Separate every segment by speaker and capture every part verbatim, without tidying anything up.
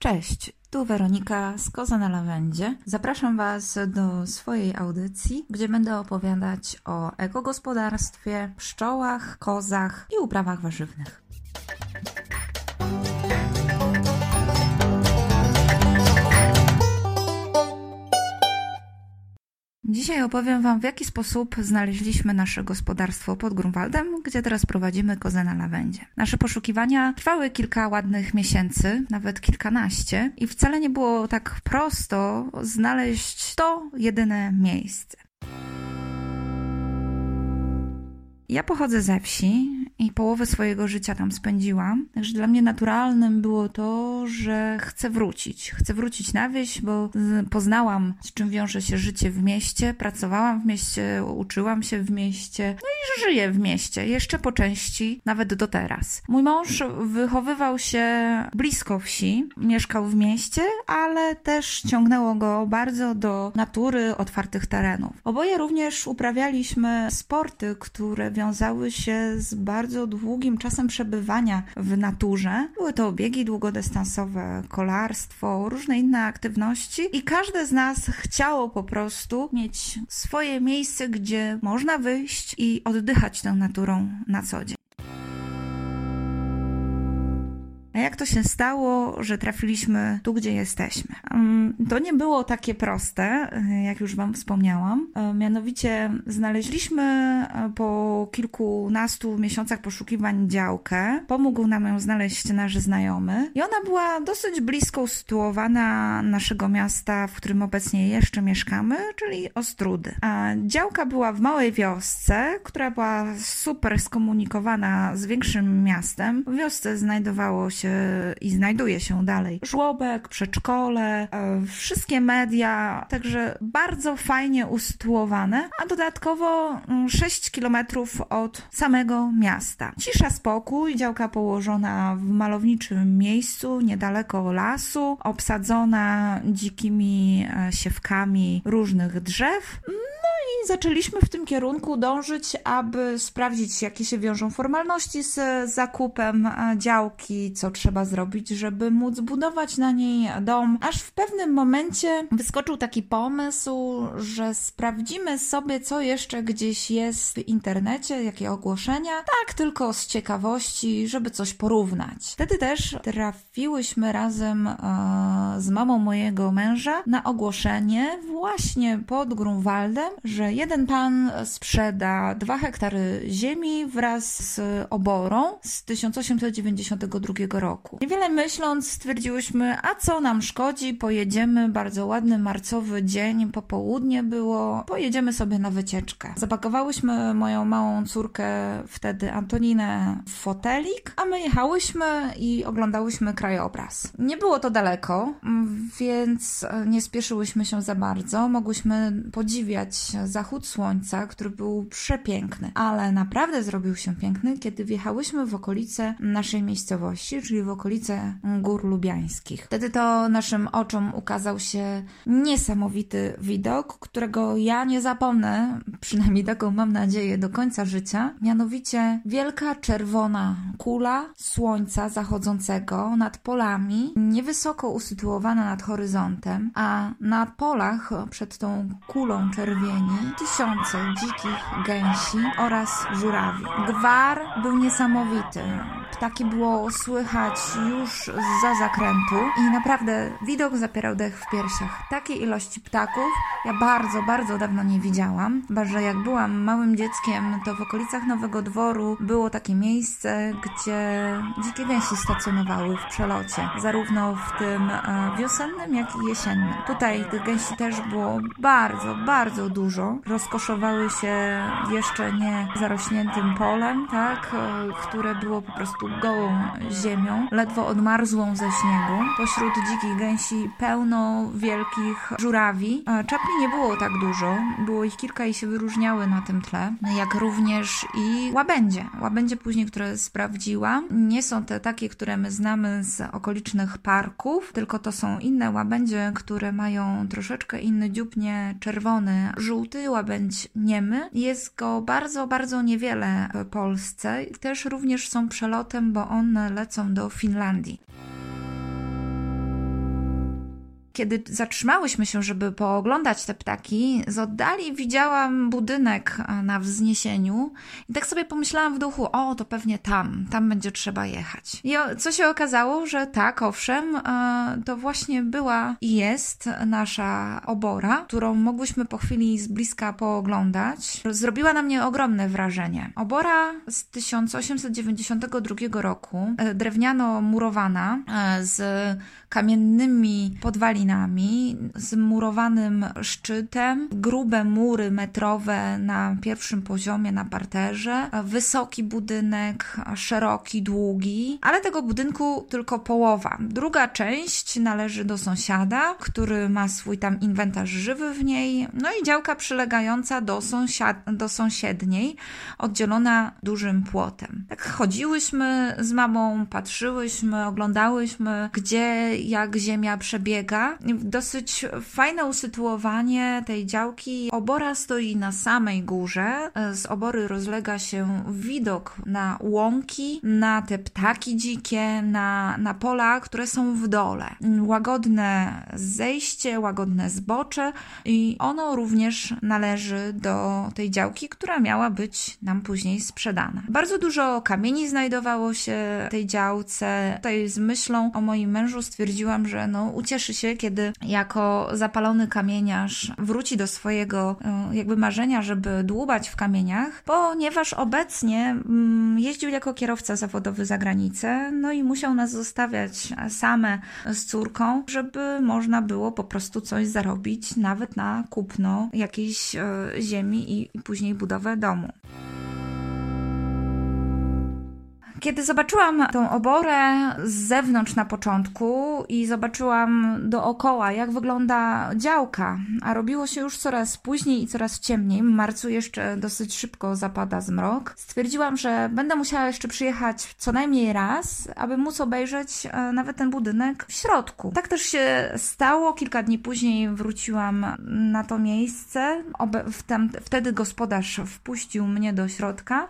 Speaker 1: Cześć, tu Weronika z Koza na Lawendzie. Zapraszam Was do swojej audycji, gdzie będę opowiadać o ekogospodarstwie, pszczołach, kozach i uprawach warzywnych. Dzisiaj opowiem Wam, w jaki sposób znaleźliśmy nasze gospodarstwo pod Grunwaldem, gdzie teraz prowadzimy Kozę na Lawendzie. Nasze poszukiwania trwały kilka ładnych miesięcy, nawet kilkanaście, i wcale nie było tak prosto znaleźć to jedyne miejsce. Ja pochodzę ze wsi i połowę swojego życia tam spędziłam, także dla mnie naturalnym było to, że chcę wrócić. Chcę wrócić na wieś, bo poznałam, z czym wiąże się życie w mieście, pracowałam w mieście, uczyłam się w mieście, no i żyję w mieście, jeszcze po części, nawet do teraz. Mój mąż wychowywał się blisko wsi, mieszkał w mieście, ale też ciągnęło go bardzo do natury, otwartych terenów. Oboje również uprawialiśmy sporty, które wiązały się z bardzo długim czasem przebywania w naturze. Były to biegi długodystansowe, kolarstwo, różne inne aktywności i każde z nas chciało po prostu mieć swoje miejsce, gdzie można wyjść i oddychać tą naturą na co dzień. A jak to się stało, że trafiliśmy tu, gdzie jesteśmy? To nie było takie proste, jak już Wam wspomniałam. Mianowicie znaleźliśmy po kilkunastu miesiącach poszukiwań działkę. Pomógł nam ją znaleźć nasz znajomy. I ona była dosyć blisko usytuowana naszego miasta, w którym obecnie jeszcze mieszkamy, czyli Ostródy. A działka była w małej wiosce, która była super skomunikowana z większym miastem. W wiosce znajdowało się i znajduje się dalej żłobek, przedszkole, e, wszystkie media, także bardzo fajnie usytuowane, a dodatkowo sześć kilometrów od samego miasta. Cisza, spokój, działka położona w malowniczym miejscu, niedaleko lasu, obsadzona dzikimi e, siewkami różnych drzew. I zaczęliśmy w tym kierunku dążyć, aby sprawdzić, jakie się wiążą formalności z zakupem działki, co trzeba zrobić, żeby móc budować na niej dom. Aż w pewnym momencie wyskoczył taki pomysł, że sprawdzimy sobie, co jeszcze gdzieś jest w internecie, jakie ogłoszenia, tak tylko z ciekawości, żeby coś porównać. Wtedy też trafiłyśmy razem e, z mamą mojego męża na ogłoszenie właśnie pod Grunwaldem, że jeden pan sprzeda dwa hektary ziemi wraz z oborą z tysiąc osiemset dziewięćdziesiątego drugiego roku. Niewiele myśląc stwierdziłyśmy, a co nam szkodzi, pojedziemy, bardzo ładny marcowy dzień, popołudnie było, pojedziemy sobie na wycieczkę. Zapakowałyśmy moją małą córkę, wtedy Antoninę, w fotelik, a my jechałyśmy i oglądałyśmy krajobraz. Nie było to daleko, więc nie spieszyłyśmy się za bardzo, mogłyśmy podziwiać zachód słońca, który był przepiękny, ale naprawdę zrobił się piękny, kiedy wjechałyśmy w okolice naszej miejscowości, czyli w okolice Gór Lubiańskich. Wtedy to naszym oczom ukazał się niesamowity widok, którego ja nie zapomnę, przynajmniej taką mam nadzieję, do końca życia. Mianowicie wielka czerwona kula słońca zachodzącego nad polami, niewysoko usytuowana nad horyzontem, a na polach przed tą kulą czerwieni tysiące dzikich gęsi oraz żurawi. Gwar był niesamowity. Ptaki było słychać już zza zakrętu i naprawdę widok zapierał dech w piersiach. Takiej ilości ptaków ja bardzo, bardzo dawno nie widziałam. Chyba że jak byłam małym dzieckiem, to w okolicach Nowego Dworu było takie miejsce, gdzie dzikie gęsi stacjonowały w przelocie. Zarówno w tym wiosennym, jak i jesiennym. Tutaj tych gęsi też było bardzo, bardzo dużo. Rozkoszowały się jeszcze nie zarośniętym polem, tak, które było po prostu gołą ziemią, ledwo odmarzłą ze śniegu. Pośród dzikich gęsi pełno wielkich żurawi. Czapli nie było tak dużo, było ich kilka i się wyróżniały na tym tle, jak również i łabędzie. Łabędzie później, które sprawdziłam, nie są te takie, które my znamy z okolicznych parków, tylko to są inne łabędzie, które mają troszeczkę inny dziób, nie czerwony, żółty łabędź niemy. Jest go bardzo, bardzo niewiele w Polsce. Też również są przelotem, bo one lecą do Finlandii. kiedy zatrzymałyśmy się, żeby pooglądać te ptaki, z oddali widziałam budynek na wzniesieniu i tak sobie pomyślałam w duchu, o, to pewnie tam, tam będzie trzeba jechać. I co się okazało, że tak, owszem, to właśnie była i jest nasza obora, którą mogłyśmy po chwili z bliska pooglądać. Zrobiła na mnie ogromne wrażenie. Obora z tysiąc osiemset dziewięćdziesiątego drugiego roku, drewniano murowana, z kamiennymi podwalinami, z murowanym szczytem, grube mury metrowe na pierwszym poziomie, na parterze, wysoki budynek, szeroki, długi, ale tego budynku tylko połowa. Druga część należy do sąsiada, który ma swój tam inwentarz żywy w niej, no i działka przylegająca do, sąsiad- do sąsiedniej, oddzielona dużym płotem. Tak chodziłyśmy z mamą, patrzyłyśmy, oglądałyśmy, gdzie, jak ziemia przebiega. Dosyć fajne usytuowanie tej działki. Obora stoi na samej górze. Z obory rozlega się widok na łąki, na te ptaki dzikie, na, na pola, które są w dole. Łagodne zejście, łagodne zbocze i ono również należy do tej działki, która miała być nam później sprzedana. Bardzo dużo kamieni znajdowało się w tej działce. Tutaj z myślą o moim mężu stwierdziłam, że no, ucieszy się, kiedy jako zapalony kamieniarz wróci do swojego jakby marzenia, żeby dłubać w kamieniach, ponieważ obecnie mm, jeździł jako kierowca zawodowy za granicę, no i musiał nas zostawiać same z córką, żeby można było po prostu coś zarobić, nawet na kupno jakiejś e, ziemi i, i później budowę domu. Kiedy zobaczyłam tą oborę z zewnątrz na początku i zobaczyłam dookoła, jak wygląda działka, a robiło się już coraz później i coraz ciemniej, w marcu jeszcze dosyć szybko zapada zmrok, stwierdziłam, że będę musiała jeszcze przyjechać co najmniej raz, aby móc obejrzeć nawet ten budynek w środku. Tak też się stało. Kilka dni później wróciłam na to miejsce. Wtedy gospodarz wpuścił mnie do środka.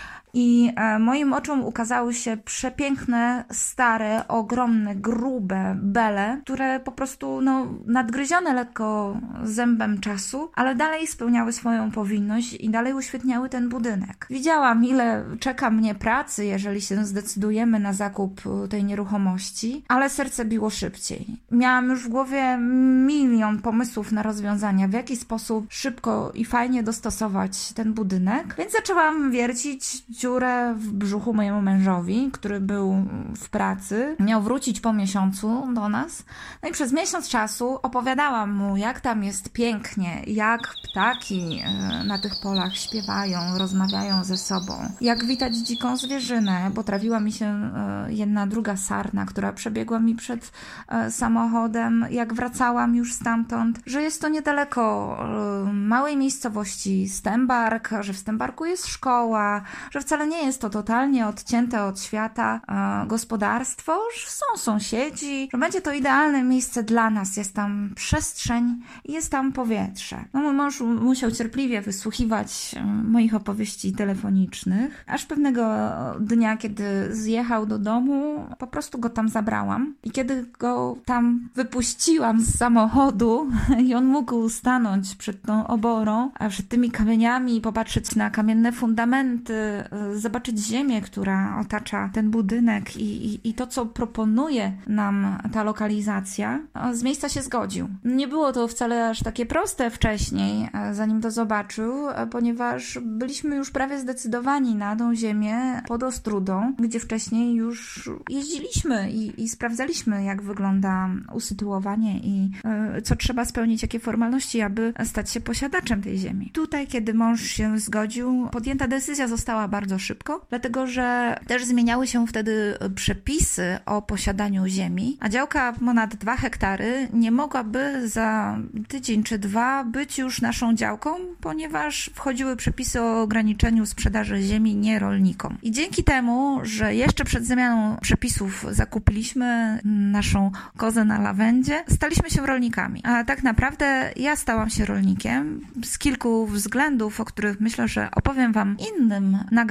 Speaker 1: I moim oczom ukazały się przepiękne, stare, ogromne, grube bele, które po prostu no, nadgryzione lekko zębem czasu, ale dalej spełniały swoją powinność i dalej uświetniały ten budynek. Widziałam, ile czeka mnie pracy, jeżeli się zdecydujemy na zakup tej nieruchomości, ale serce biło szybciej. Miałam już w głowie milion pomysłów na rozwiązania, w jaki sposób szybko i fajnie dostosować ten budynek, więc zaczęłam wiercić dziurę w brzuchu mojemu mężowi, który był w pracy. Miał wrócić po miesiącu do nas. No i przez miesiąc czasu opowiadałam mu, jak tam jest pięknie, jak ptaki na tych polach śpiewają, rozmawiają ze sobą, jak witać dziką zwierzynę, bo trafiła mi się jedna druga sarna, która przebiegła mi przed samochodem, jak wracałam już stamtąd, że jest to niedaleko małej miejscowości Stębark, że w Stębarku jest szkoła, że wcale nie jest to totalnie odcięte od świata e, gospodarstwo, że są sąsiedzi, że będzie to idealne miejsce dla nas, jest tam przestrzeń i jest tam powietrze. No, mój mąż musiał cierpliwie wysłuchiwać e, moich opowieści telefonicznych, aż pewnego dnia, kiedy zjechał do domu, po prostu go tam zabrałam i kiedy go tam wypuściłam z samochodu i on mógł stanąć przed tą oborą, a przed tymi kamieniami i popatrzeć na kamienne fundamenty, zobaczyć ziemię, która otacza ten budynek i, i, i to, co proponuje nam ta lokalizacja, z miejsca się zgodził. Nie było to wcale aż takie proste wcześniej, zanim to zobaczył, ponieważ byliśmy już prawie zdecydowani na tą ziemię pod Ostródą, gdzie wcześniej już jeździliśmy i, i sprawdzaliśmy, jak wygląda usytuowanie i y, co trzeba spełnić, jakie formalności, aby stać się posiadaczem tej ziemi. Tutaj, kiedy mąż się zgodził, podjęta decyzja została bardzo szybko, dlatego że też zmieniały się wtedy przepisy o posiadaniu ziemi, a działka ponad dwa hektary nie mogłaby za tydzień czy dwa być już naszą działką, ponieważ wchodziły przepisy o ograniczeniu sprzedaży ziemi nierolnikom. I dzięki temu, że jeszcze przed zmianą przepisów zakupiliśmy naszą kozę na lawendzie, staliśmy się rolnikami. A tak naprawdę ja stałam się rolnikiem z kilku względów, o których myślę, że opowiem Wam innym nagraniu,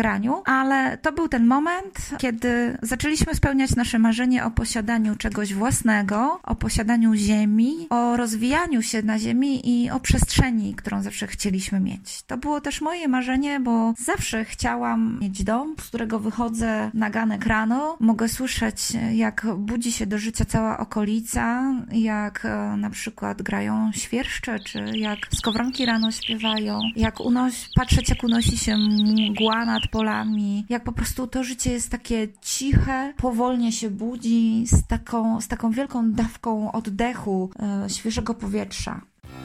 Speaker 1: nagraniu, ale to był ten moment, kiedy zaczęliśmy spełniać nasze marzenie o posiadaniu czegoś własnego, o posiadaniu ziemi, o rozwijaniu się na ziemi i o przestrzeni, którą zawsze chcieliśmy mieć. To było też moje marzenie, bo zawsze chciałam mieć dom, z którego wychodzę na ganek rano, mogę słyszeć, jak budzi się do życia cała okolica, jak e, na przykład grają świerszcze, czy jak skowronki rano śpiewają, jak unosi, patrzeć, jak unosi się mgła nad polami, jak po prostu to życie jest takie ciche, powolnie się budzi z taką, z taką wielką dawką oddechu, e, świeżego powietrza.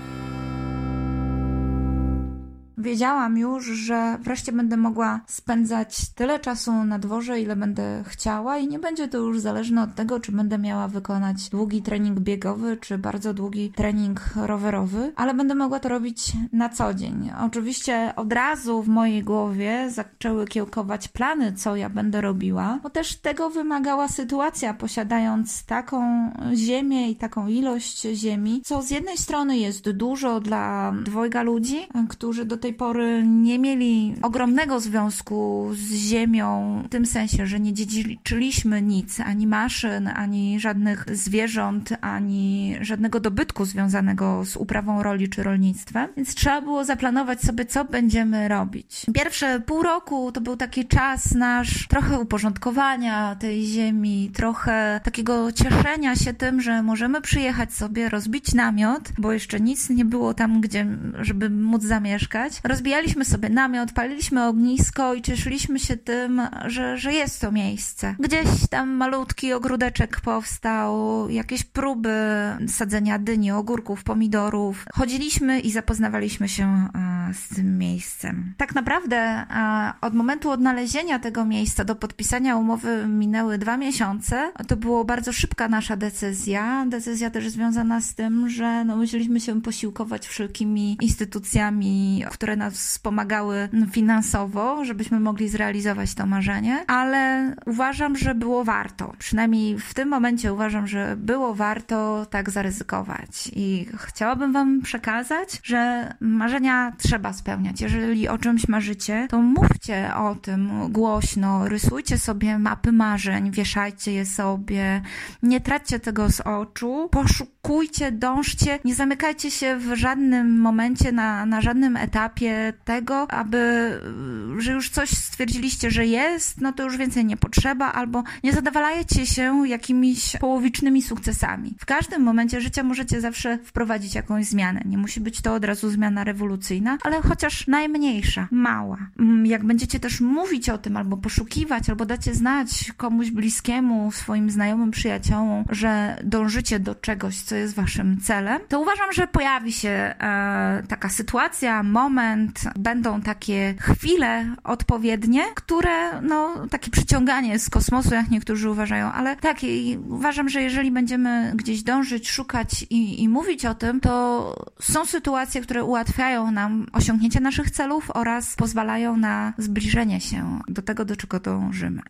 Speaker 1: Wiedziałam już, że wreszcie będę mogła spędzać tyle czasu na dworze, ile będę chciała i nie będzie to już zależne od tego, czy będę miała wykonać długi trening biegowy, czy bardzo długi trening rowerowy, ale będę mogła to robić na co dzień. Oczywiście od razu w mojej głowie zaczęły kiełkować plany, co ja będę robiła, bo też tego wymagała sytuacja, posiadając taką ziemię i taką ilość ziemi, co z jednej strony jest dużo dla dwojga ludzi, którzy do tej pory nie mieli ogromnego związku z ziemią, w tym sensie, że nie dziedziczyliśmy nic, ani maszyn, ani żadnych zwierząt, ani żadnego dobytku związanego z uprawą roli czy rolnictwem, więc trzeba było zaplanować sobie, co będziemy robić. Pierwsze pół roku to był taki czas nasz trochę uporządkowania tej ziemi, trochę takiego cieszenia się tym, że możemy przyjechać sobie, rozbić namiot, bo jeszcze nic nie było tam, gdzie, żeby móc zamieszkać. Rozbijaliśmy sobie namiot, paliliśmy ognisko i cieszyliśmy się tym, że, że jest to miejsce. Gdzieś tam malutki ogródeczek powstał, jakieś próby sadzenia dyni, ogórków, pomidorów. Chodziliśmy i zapoznawaliśmy się z tym miejscem. Tak naprawdę od momentu odnalezienia tego miejsca do podpisania umowy minęły dwa miesiące. To było bardzo szybka nasza decyzja. Decyzja też związana z tym, że no, musieliśmy się posiłkować wszelkimi instytucjami, które nas wspomagały finansowo, żebyśmy mogli zrealizować to marzenie, ale uważam, że było warto. Przynajmniej w tym momencie uważam, że było warto tak zaryzykować. I chciałabym wam przekazać, że marzenia trzeba spełniać. Jeżeli o czymś marzycie, to mówcie o tym głośno, rysujcie sobie mapy marzeń, wieszajcie je sobie, nie traćcie tego z oczu, poszukujcie, dążcie, nie zamykajcie się w żadnym momencie, na, na żadnym etapie tego, aby, że już coś stwierdziliście, że jest, no to już więcej nie potrzeba, albo nie zadawalajcie się jakimiś połowicznymi sukcesami. W każdym momencie życia możecie zawsze wprowadzić jakąś zmianę. Nie musi być to od razu zmiana rewolucyjna, ale chociaż najmniejsza, mała. Jak będziecie też mówić o tym, albo poszukiwać, albo dacie znać komuś bliskiemu, swoim znajomym, przyjaciołom, że dążycie do czegoś, co jest waszym celem, to uważam, że pojawi się e, taka sytuacja, moment, będą takie chwile odpowiednie, które, no, takie przyciąganie z kosmosu, jak niektórzy uważają, ale tak, i uważam, że jeżeli będziemy gdzieś dążyć, szukać i, i mówić o tym, to są sytuacje, które ułatwiają nam osiągnięcie naszych celów oraz pozwalają na zbliżenie się do tego, do czego dążymy.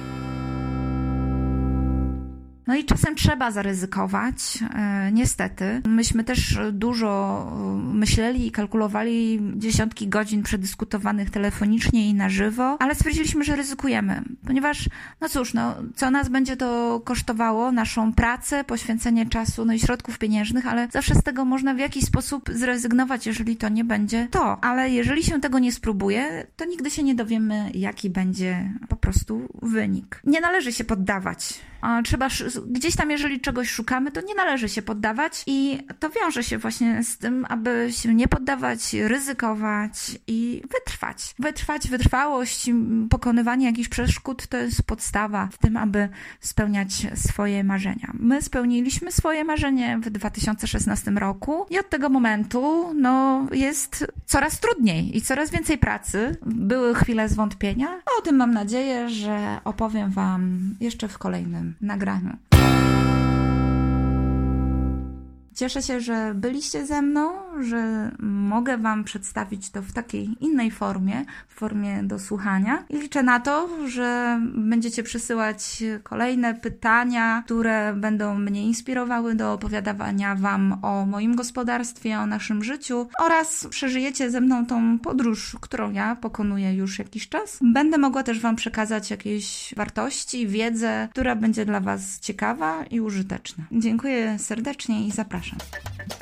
Speaker 1: No i czasem trzeba zaryzykować, e, niestety. Myśmy też dużo myśleli i kalkulowali, dziesiątki godzin przedyskutowanych telefonicznie i na żywo, ale stwierdziliśmy, że ryzykujemy, ponieważ, no cóż, no, co nas będzie to kosztowało, naszą pracę, poświęcenie czasu, no i środków pieniężnych, ale zawsze z tego można w jakiś sposób zrezygnować, jeżeli to nie będzie to. Ale jeżeli się tego nie spróbuje, to nigdy się nie dowiemy, jaki będzie po prostu wynik. Nie należy się poddawać. Trzeba gdzieś tam, jeżeli czegoś szukamy, to nie należy się poddawać i to wiąże się właśnie z tym, aby się nie poddawać, ryzykować i wytrwać. Wytrwać, wytrwałość, pokonywanie jakichś przeszkód to jest podstawa w tym, aby spełniać swoje marzenia. My spełniliśmy swoje marzenie w dwa tysiące szesnastym roku i od tego momentu no, jest coraz trudniej i coraz więcej pracy. Były chwile zwątpienia. O tym mam nadzieję, że opowiem wam jeszcze w kolejnym nagraniu. Cieszę się, że byliście ze mną, że mogę Wam przedstawić to w takiej innej formie, w formie do słuchania. I liczę na to, że będziecie przysyłać kolejne pytania, które będą mnie inspirowały do opowiadawania Wam o moim gospodarstwie, o naszym życiu oraz przeżyjecie ze mną tą podróż, którą ja pokonuję już jakiś czas. Będę mogła też Wam przekazać jakieś wartości, wiedzę, która będzie dla Was ciekawa i użyteczna. Dziękuję serdecznie i zapraszam.